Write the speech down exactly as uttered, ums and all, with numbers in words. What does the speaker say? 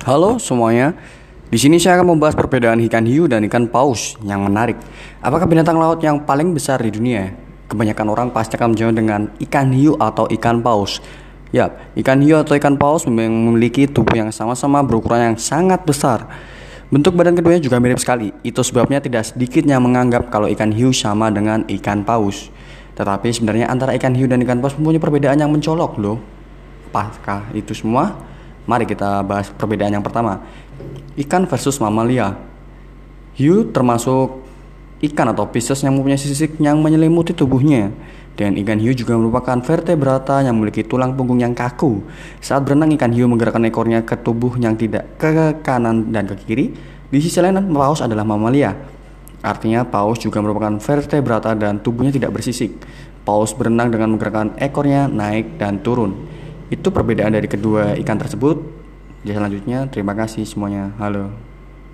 Halo semuanya, di sini saya akan membahas perbedaan ikan hiu dan ikan paus yang menarik. Apakah binatang laut yang paling besar di dunia? Kebanyakan orang pasti akan menjawab dengan ikan hiu atau ikan paus. Ya, ikan hiu atau ikan paus memiliki tubuh yang sama-sama berukuran yang sangat besar. Bentuk badan keduanya juga mirip sekali. Itu sebabnya tidak sedikit yang menganggap kalau ikan hiu sama dengan ikan paus. Tetapi sebenarnya antara ikan hiu dan ikan paus mempunyai perbedaan yang mencolok loh. Apakah itu semua? Mari kita bahas perbedaan yang pertama. Ikan versus mamalia. Hiu termasuk ikan atau Pisces yang mempunyai sisik yang menyelimuti tubuhnya. Dan ikan hiu juga merupakan vertebrata yang memiliki tulang punggung yang kaku. Saat berenang, ikan hiu menggerakkan ekornya ke tubuh yang tidak ke kanan dan ke kiri. Di sisi lain, paus adalah mamalia. Artinya paus juga merupakan vertebrata dan tubuhnya tidak bersisik. Paus berenang dengan menggerakkan ekornya naik dan turun. Itu perbedaan dari kedua ikan tersebut. Selanjutnya, terima kasih semuanya. Halo.